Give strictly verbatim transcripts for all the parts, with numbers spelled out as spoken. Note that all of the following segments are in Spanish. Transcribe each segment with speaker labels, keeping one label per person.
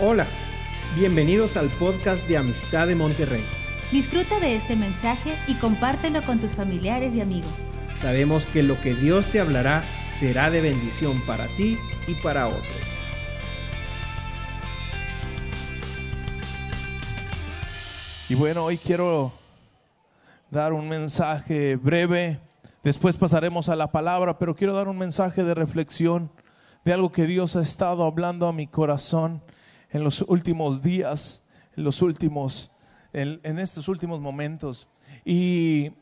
Speaker 1: Hola, bienvenidos al podcast de Amistad de Monterrey.
Speaker 2: Disfruta de este mensaje y compártelo con tus familiares y amigos.
Speaker 1: Sabemos que lo que Dios te hablará será de bendición para ti y para otros.
Speaker 3: Y bueno, hoy quiero dar un mensaje breve, después pasaremos a la palabra, pero quiero dar un mensaje de reflexión de algo que Dios ha estado hablando a mi corazón en los últimos días, en los últimos, en, en estos últimos momentos. Y,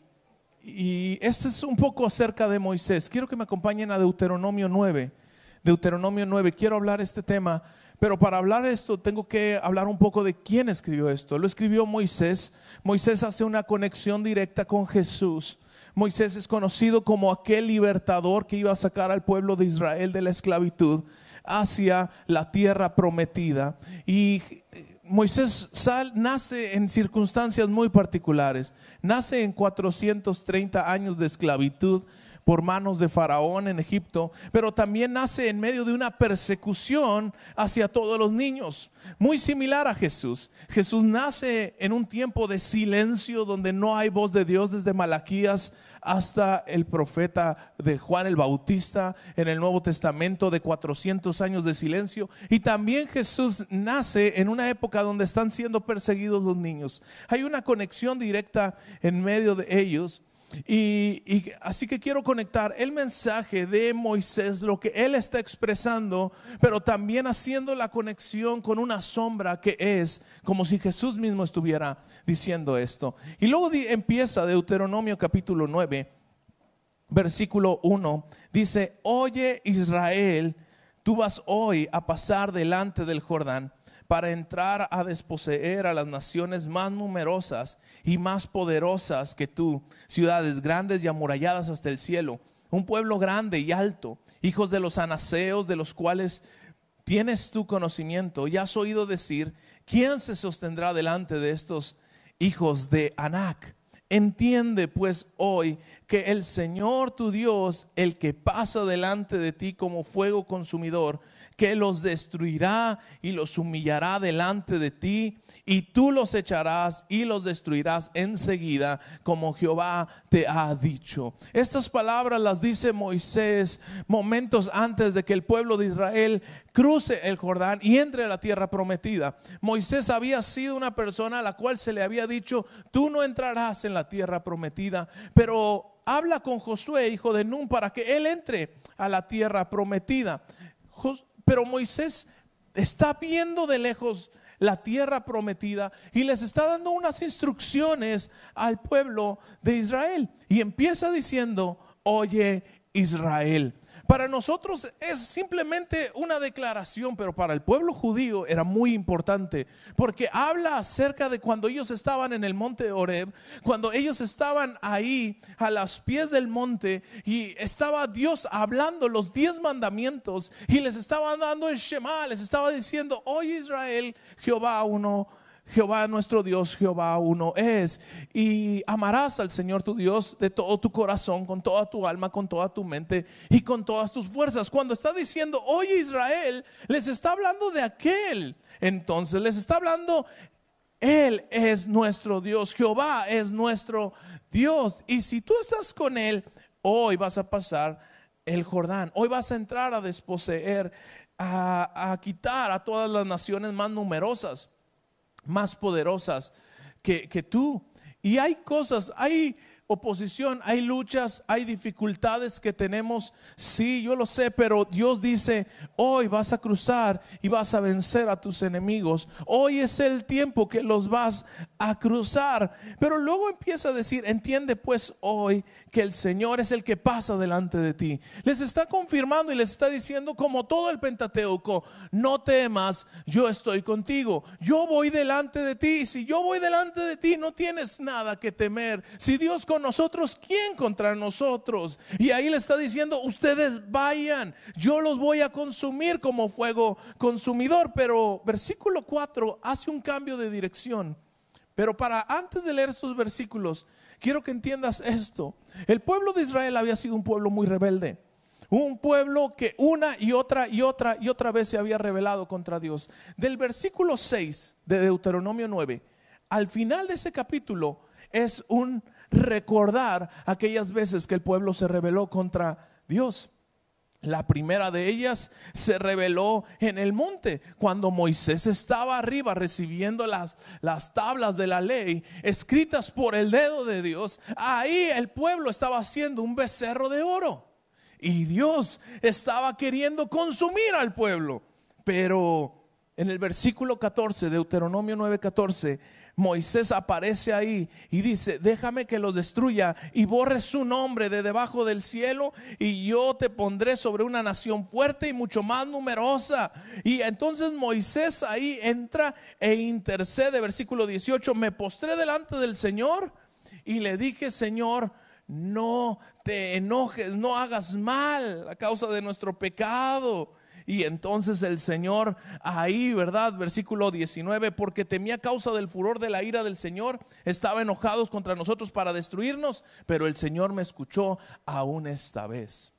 Speaker 3: y este es un poco acerca de Moisés. Quiero que me acompañen a Deuteronomio nueve. Deuteronomio nueve, quiero hablar este tema, pero para hablar esto tengo que hablar un poco de quién escribió esto. Lo escribió Moisés. Moisés hace una conexión directa con Jesús. Moisés es conocido como aquel libertador que iba a sacar al pueblo de Israel de la esclavitud hacia la tierra prometida. Y Moisés sal, nace en circunstancias muy particulares. Nace en cuatrocientos treinta años de esclavitud por manos de Faraón en Egipto, pero también nace en medio de una persecución hacia todos los niños, muy similar a Jesús. Jesús nace en un tiempo de silencio donde no hay voz de Dios, desde Malaquías hasta el profeta de Juan el Bautista en el Nuevo Testamento, de cuatrocientos años de silencio. Y también Jesús nace en una época donde están siendo perseguidos los niños. Hay una conexión directa en medio de ellos. Y, y así que quiero conectar el mensaje de Moisés, lo que él está expresando, pero también haciendo la conexión con una sombra que es como si Jesús mismo estuviera diciendo esto. Y luego di, empieza Deuteronomio capítulo nueve, versículo uno, dice: Oye Israel, tú vas hoy a pasar delante del Jordán para entrar a desposeer a las naciones más numerosas y más poderosas que tú, ciudades grandes y amuralladas hasta el cielo, un pueblo grande y alto, hijos de los anaseos, de los cuales tienes tu conocimiento, y has oído decir: ¿quién se sostendrá delante de estos hijos de Anac? Entiende pues hoy que el Señor tu Dios, el que pasa delante de ti como fuego consumidor, que los destruirá y los humillará delante de ti, y tú los echarás y los destruirás enseguida, como Jehová te ha dicho. Estas palabras las dice Moisés momentos antes de que el pueblo de Israel cruce el Jordán y entre a la tierra prometida. Moisés había sido una persona a la cual se le había dicho: tú no entrarás en la tierra prometida, pero habla con Josué, hijo de Nun, para que él entre a la tierra prometida. Pero Moisés está viendo de lejos la tierra prometida y les está dando unas instrucciones al pueblo de Israel. Y empieza diciendo: oye Israel. Para nosotros es simplemente una declaración, pero para el pueblo judío era muy importante, porque habla acerca de cuando ellos estaban en el monte Horeb, cuando ellos estaban ahí a los pies del monte y estaba Dios hablando los diez mandamientos y les estaba dando el Shema, les estaba diciendo: oye Israel, Jehová uno, Jehová nuestro Dios, Jehová uno es, y amarás al Señor tu Dios de todo tu corazón, con toda tu alma, con toda tu mente y con todas tus fuerzas. Cuando está diciendo oye Israel, les está hablando de aquel. Entonces les está hablando: Él es nuestro Dios, Jehová es nuestro Dios, y si tú estás con Él, hoy vas a pasar el Jordán, hoy vas a entrar a desposeer, a, a quitar a todas las naciones más numerosas, más poderosas que, que tú. Y hay cosas, hay oposición, hay luchas, hay dificultades que tenemos. Sí, yo lo sé, pero Dios dice: hoy vas a cruzar y vas a vencer a tus enemigos. Hoy es el tiempo que los vas a cruzar. Pero luego empieza a decir: entiende pues hoy que el Señor es el que pasa delante de ti. Les está confirmando y les está diciendo, como todo el Pentateuco: no temas, yo estoy contigo, yo voy delante de ti. Si yo voy delante de ti, no tienes nada que temer. Si Dios con nosotros, ¿quién contra nosotros? Y ahí le está diciendo: ustedes vayan, yo los voy a consumir como fuego consumidor. Pero versículo cuatro hace un cambio de dirección. Pero para antes de leer estos versículos, quiero que entiendas esto. El pueblo de Israel había sido un pueblo muy rebelde, Un pueblo que una y otra y otra y otra vez se había rebelado contra Dios. Del versículo seis de Deuteronomio nueve, al final de ese capítulo es un recordar aquellas veces que el pueblo se rebeló contra Dios. La primera de ellas se rebeló en el monte, cuando Moisés estaba arriba recibiendo las, las tablas de la ley escritas por el dedo de Dios. Ahí el pueblo estaba haciendo un becerro de oro y Dios estaba queriendo consumir al pueblo. Pero en el versículo catorce, Deuteronomio nueve catorce, Moisés aparece ahí y dice: déjame que los destruya y borre su nombre de debajo del cielo, y yo te pondré sobre una nación fuerte y mucho más numerosa. Y entonces Moisés ahí entra e intercede. Versículo dieciocho: me postré delante del Señor y le dije: Señor, no te enojes, no hagas mal a causa de nuestro pecado. Y entonces el Señor ahí, ¿verdad? Versículo diecinueve: porque temía causa del furor de la ira del Señor, estaba enojados contra nosotros para destruirnos, pero el Señor me escuchó aún esta vez.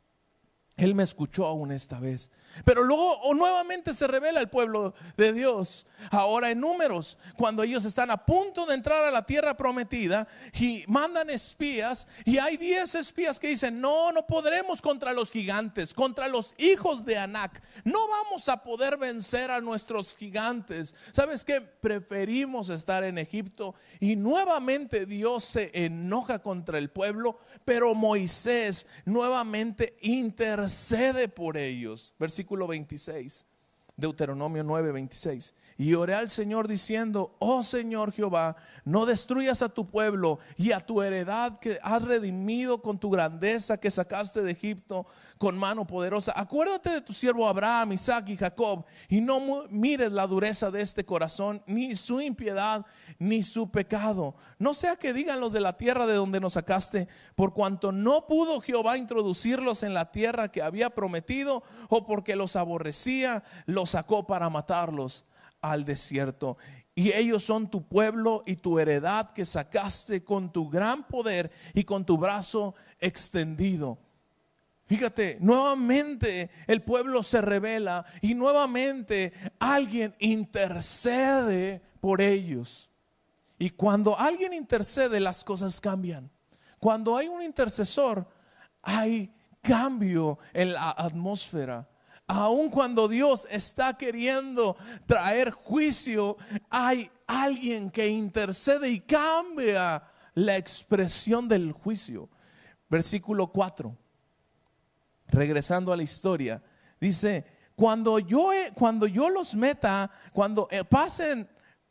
Speaker 3: Él me escuchó aún esta vez. Pero luego o nuevamente se revela el pueblo de Dios. Ahora en Números, cuando ellos están a punto de entrar a la tierra prometida y mandan espías, y hay diez espías que dicen: no, no podremos contra los gigantes, contra los hijos de Anac. No vamos a poder vencer a nuestros gigantes. ¿Sabes qué? Preferimos estar en Egipto. Y nuevamente Dios se enoja contra el pueblo, pero Moisés nuevamente intercede por ellos. Versículo veintiséis, Deuteronomio nueve veintiséis: y oré al Señor diciendo: oh Señor Jehová, no destruyas a tu pueblo y a tu heredad que has redimido con tu grandeza, que sacaste de Egipto con mano poderosa. Acuérdate de tu siervo Abraham, Isaac y Jacob, y no mires la dureza de este corazón, ni su impiedad, ni su pecado. No sea que digan los de la tierra de donde nos sacaste: por cuanto no pudo Jehová introducirlos en la tierra que había prometido, o porque los aborrecía, los sacó para matarlos al desierto. Y ellos son tu pueblo y tu heredad, que sacaste con tu gran poder y con tu brazo extendido. Fíjate, nuevamente el pueblo se revela y nuevamente alguien intercede por ellos. Y cuando alguien intercede, las cosas cambian. Cuando hay un intercesor, hay cambio en la atmósfera. Aun cuando Dios está queriendo traer juicio, hay alguien que intercede y cambia la expresión del juicio. Versículo cuatro. Regresando a la historia, dice: cuando yo, cuando yo los meta, cuando pasen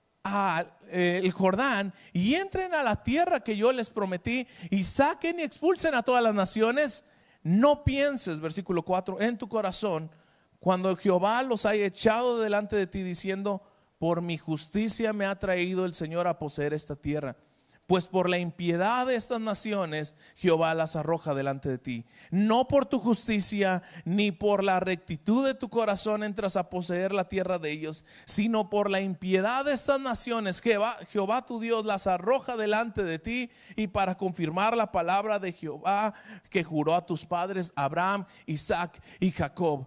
Speaker 3: al eh, Jordán y entren a la tierra que yo les prometí, y saquen y expulsen a todas las naciones, no pienses, versículo cuatro, en tu corazón, cuando Jehová los haya echado delante de ti, diciendo: por mi justicia me ha traído el Señor a poseer esta tierra. Pues por la impiedad de estas naciones Jehová las arroja delante de ti. No por tu justicia ni por la rectitud de tu corazón entras a poseer la tierra de ellos, sino por la impiedad de estas naciones Jehová, Jehová tu Dios las arroja delante de ti, y para confirmar la palabra de Jehová que juró a tus padres Abraham, Isaac y Jacob.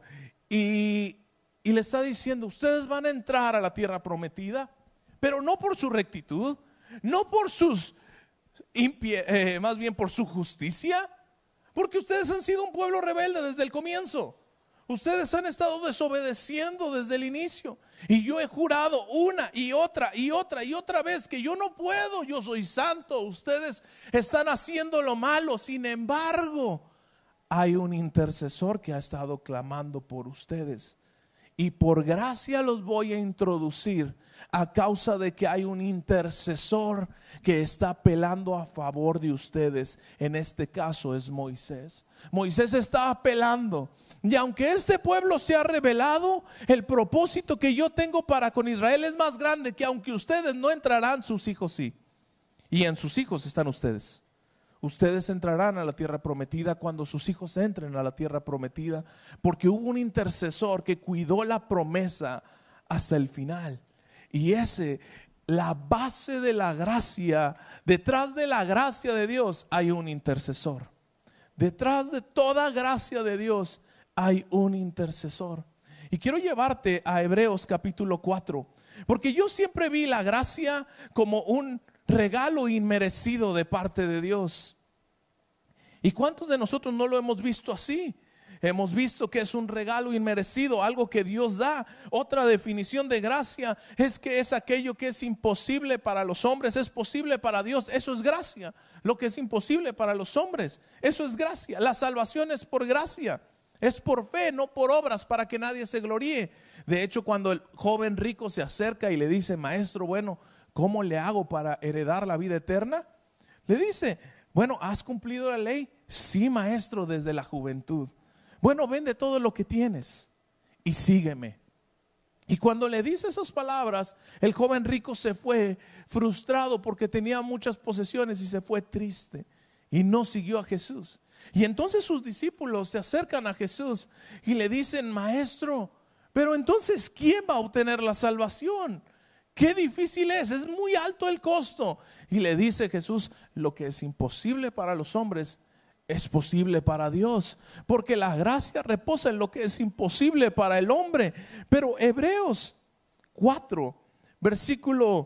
Speaker 3: Y, y le está diciendo: ustedes van a entrar a la tierra prometida, pero no por su rectitud, no por sus impie, eh, más bien por su justicia, porque ustedes han sido un pueblo rebelde desde el comienzo. Ustedes han estado desobedeciendo desde el inicio, y yo he jurado una y otra y otra y otra vez que yo no puedo, yo soy santo, ustedes están haciendo lo malo. Sin embargo, hay un intercesor que ha estado clamando por ustedes, y por gracia los voy a introducir, a causa de que hay un intercesor que está apelando a favor de ustedes. En este caso es Moisés. Moisés está apelando. Y aunque este pueblo se ha rebelado, el propósito que yo tengo para con Israel es más grande, que aunque ustedes no entrarán, sus hijos sí. Y en sus hijos están ustedes. Ustedes entrarán a la tierra prometida cuando sus hijos entren a la tierra prometida, porque hubo un intercesor que cuidó la promesa hasta el final. Y ese, la base de la gracia, detrás de la gracia de Dios hay un intercesor. detrás de toda gracia de Dios hay un intercesor. Y quiero llevarte a Hebreos capítulo cuatro, porque yo siempre vi la gracia como un regalo inmerecido de parte de Dios. ¿Y cuántos de nosotros no lo hemos visto así? Hemos visto que es un regalo inmerecido, algo que Dios da. Otra definición de gracia es que es aquello que es imposible para los hombres, es posible para Dios. Eso es gracia. Lo que es imposible para los hombres, eso es gracia. La salvación es por gracia. Es por fe, no por obras, para que nadie se gloríe. De hecho, cuando el joven rico se acerca y le dice: maestro, bueno, ¿cómo le hago para heredar la vida eterna? Le dice: bueno, ¿has cumplido la ley? Sí, maestro, desde la juventud. Bueno, vende todo lo que tienes y sígueme. Y cuando le dice esas palabras, el joven rico se fue frustrado porque tenía muchas posesiones y se fue triste y no siguió a Jesús. Y entonces sus discípulos se acercan a Jesús y le dicen: maestro, pero entonces ¿quién va a obtener la salvación? Qué difícil es, es muy alto el costo. Y le dice Jesús: lo que es imposible para los hombres es posible para Dios, porque la gracia reposa en lo que es imposible para el hombre. Pero Hebreos cuatro, versículo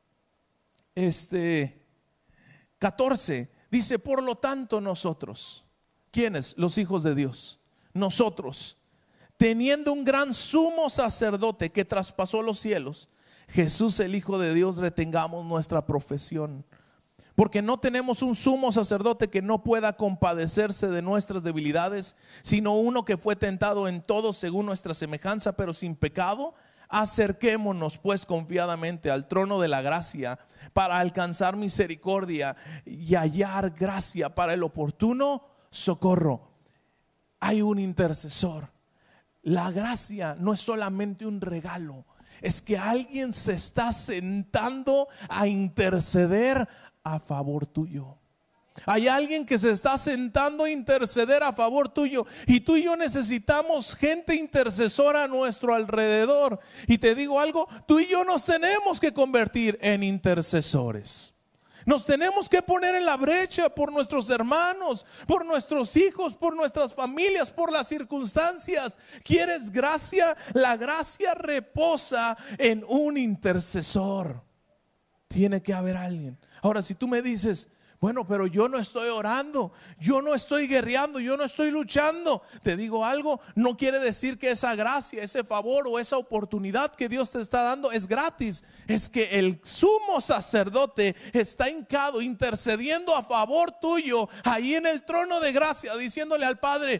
Speaker 3: este, catorce, dice: por lo tanto nosotros, ¿quiénes? Los hijos de Dios. Nosotros, teniendo un gran sumo sacerdote que traspasó los cielos, Jesús el Hijo de Dios, retengamos nuestra profesión. Porque no tenemos un sumo sacerdote que no pueda compadecerse de nuestras debilidades, sino uno que fue tentado en todo según nuestra semejanza, pero sin pecado. Acerquémonos pues confiadamente al trono de la gracia para alcanzar misericordia y hallar gracia para el oportuno socorro. Hay un intercesor. La gracia no es solamente un regalo, es que alguien se está sentando a interceder a favor tuyo. Hay alguien que se está sentando a interceder a favor tuyo, y tú y yo necesitamos gente intercesora a nuestro alrededor. Y te digo algo, tú y yo nos tenemos que convertir en intercesores. Nos tenemos que poner en la brecha por nuestros hermanos, por nuestros hijos, por nuestras familias, por las circunstancias. ¿Quieres gracia? La gracia reposa en un intercesor. Tiene que haber alguien. Ahora, si tú me dices: bueno, pero yo no estoy orando, yo no estoy guerreando, yo no estoy luchando, te digo algo, no quiere decir que esa gracia, ese favor o esa oportunidad que Dios te está dando es gratis. Es que el sumo sacerdote está hincado, intercediendo a favor tuyo, ahí en el trono de gracia, diciéndole al Padre: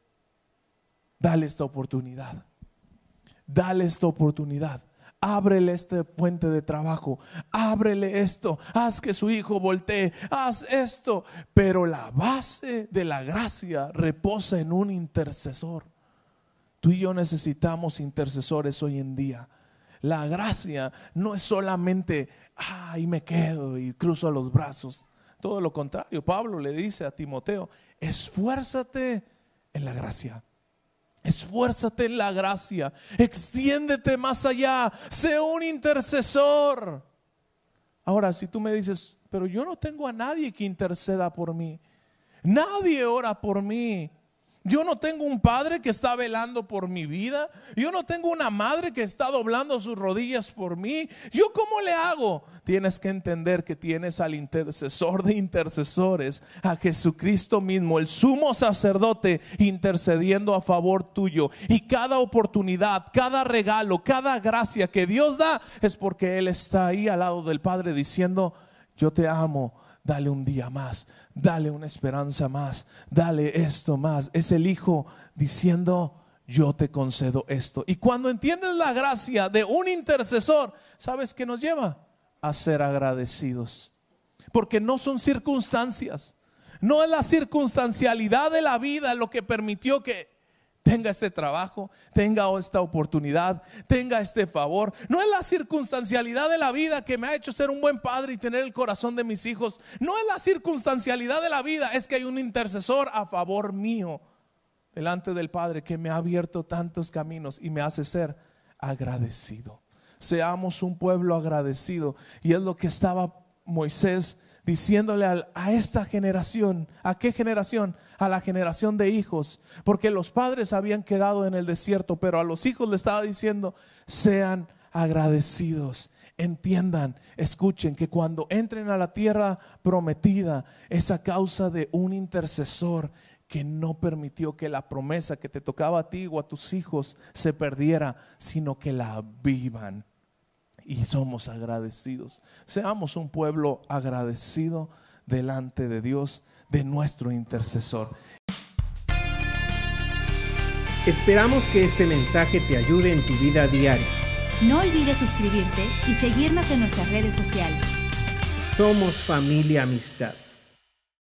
Speaker 3: dale esta oportunidad, dale esta oportunidad. Ábrele esta fuente de trabajo, ábrele esto, haz que su hijo voltee, haz esto. Pero la base de la gracia reposa en un intercesor. Tú y yo necesitamos intercesores hoy en día. La gracia no es solamente: ay, me quedo y cruzo los brazos. Todo lo contrario, Pablo le dice a Timoteo: esfuérzate en la gracia. Esfuérzate en la gracia, extiéndete más allá, sé un intercesor. Ahora, si tú me dices: pero yo no tengo a nadie que interceda por mí, nadie ora por mí, yo no tengo un padre que está velando por mi vida, yo no tengo una madre que está doblando sus rodillas por mí, ¿yo cómo le hago? Tienes que entender que tienes al intercesor de intercesores, a Jesucristo mismo, el sumo sacerdote, intercediendo a favor tuyo. Y cada oportunidad, cada regalo, cada gracia que Dios da, es porque Él está ahí al lado del Padre diciendo: yo te amo, dale un día más, dale una esperanza más, dale esto más. Es el Hijo diciendo: yo te concedo esto. Y cuando entiendes la gracia de un intercesor, ¿sabes qué nos lleva? A ser agradecidos. Porque no son circunstancias, no es la circunstancialidad de la vida lo que permitió que tenga este trabajo, tenga esta oportunidad, tenga este favor. No es la circunstancialidad de la vida que me ha hecho ser un buen padre y tener el corazón de mis hijos. No es la circunstancialidad de la vida, es que hay un intercesor a favor mío delante del Padre que me ha abierto tantos caminos y me hace ser agradecido. Seamos un pueblo agradecido. Y es lo que estaba Moisés diciéndole a, a esta generación, ¿a qué generación? A la generación de hijos, porque los padres habían quedado en el desierto, pero a los hijos le estaba diciendo, sean agradecidos. Entiendan, escuchen que cuando entren a la tierra prometida es a causa de un intercesor que no permitió que la promesa que te tocaba a ti o a tus hijos se perdiera, sino que la vivan. Y somos agradecidos. Seamos un pueblo agradecido delante de Dios, de nuestro intercesor.
Speaker 1: Esperamos que este mensaje te ayude en tu vida diaria.
Speaker 2: No olvides suscribirte y seguirnos en nuestras redes sociales.
Speaker 1: Somos Familia Amistad.